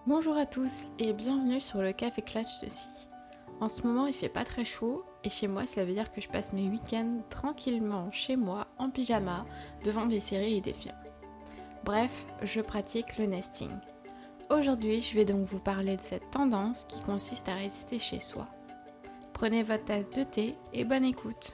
Bonjour à tous et bienvenue sur le Café Clutch de Scie. En ce moment il fait pas très chaud et chez moi ça veut dire que je passe mes week-ends tranquillement chez moi en pyjama devant des séries et des films. Bref, je pratique le nesting. Aujourd'hui je vais donc vous parler de cette tendance qui consiste à rester chez soi. Prenez votre tasse de thé et bonne écoute.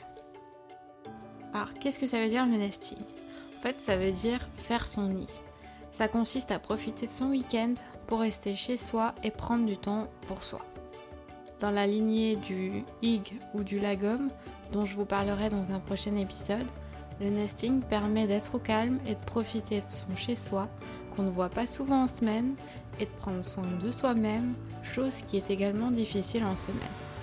Alors qu'est-ce que ça veut dire le nesting ? En fait ça veut dire faire son nid. Ça consiste à profiter de son week-end pour rester chez soi et prendre du temps pour soi. Dans la lignée du hig ou du lagom, dont je vous parlerai dans un prochain épisode, le nesting permet d'être au calme et de profiter de son chez-soi qu'on ne voit pas souvent en semaine et de prendre soin de soi-même, chose qui est également difficile en semaine.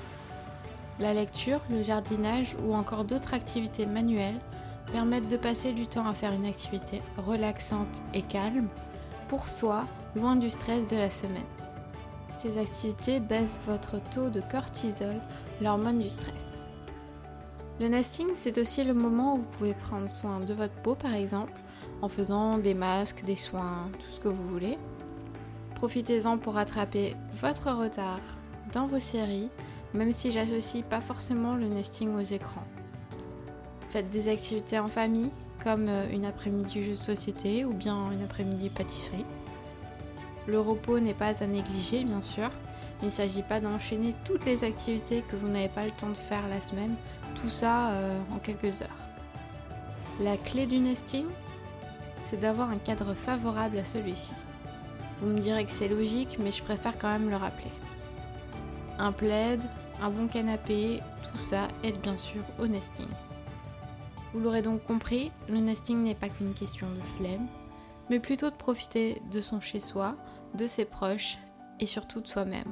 La lecture, le jardinage ou encore d'autres activités manuelles permettent de passer du temps à faire une activité relaxante et calme pour soi, loin du stress de la semaine. Ces activités baissent votre taux de cortisol, l'hormone du stress. Le nesting, c'est aussi le moment où vous pouvez prendre soin de votre peau par exemple, en faisant des masques, des soins, tout ce que vous voulez. Profitez-en pour rattraper votre retard dans vos séries, même si j'associe pas forcément le nesting aux écrans. Faites des activités en famille, comme une après-midi jeu de société ou bien une après-midi pâtisserie. Le repos n'est pas à négliger, bien sûr. Il ne s'agit pas d'enchaîner toutes les activités que vous n'avez pas le temps de faire la semaine, tout ça en quelques heures. La clé du nesting, c'est d'avoir un cadre favorable à celui-ci. Vous me direz que c'est logique, mais je préfère quand même le rappeler. Un plaid, un bon canapé, tout ça aide bien sûr au nesting. Vous l'aurez donc compris, le nesting n'est pas qu'une question de flemme, mais plutôt de profiter de son chez-soi, de ses proches et surtout de soi-même.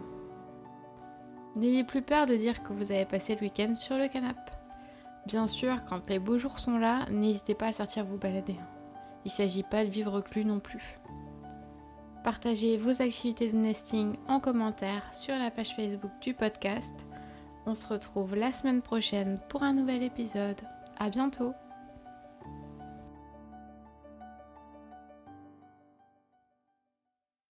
N'ayez plus peur de dire que vous avez passé le week-end sur le canapé. Bien sûr, quand les beaux jours sont là, n'hésitez pas à sortir vous balader. Il ne s'agit pas de vivre reclus non plus. Partagez vos activités de nesting en commentaire sur la page Facebook du podcast. On se retrouve la semaine prochaine pour un nouvel épisode. À bientôt!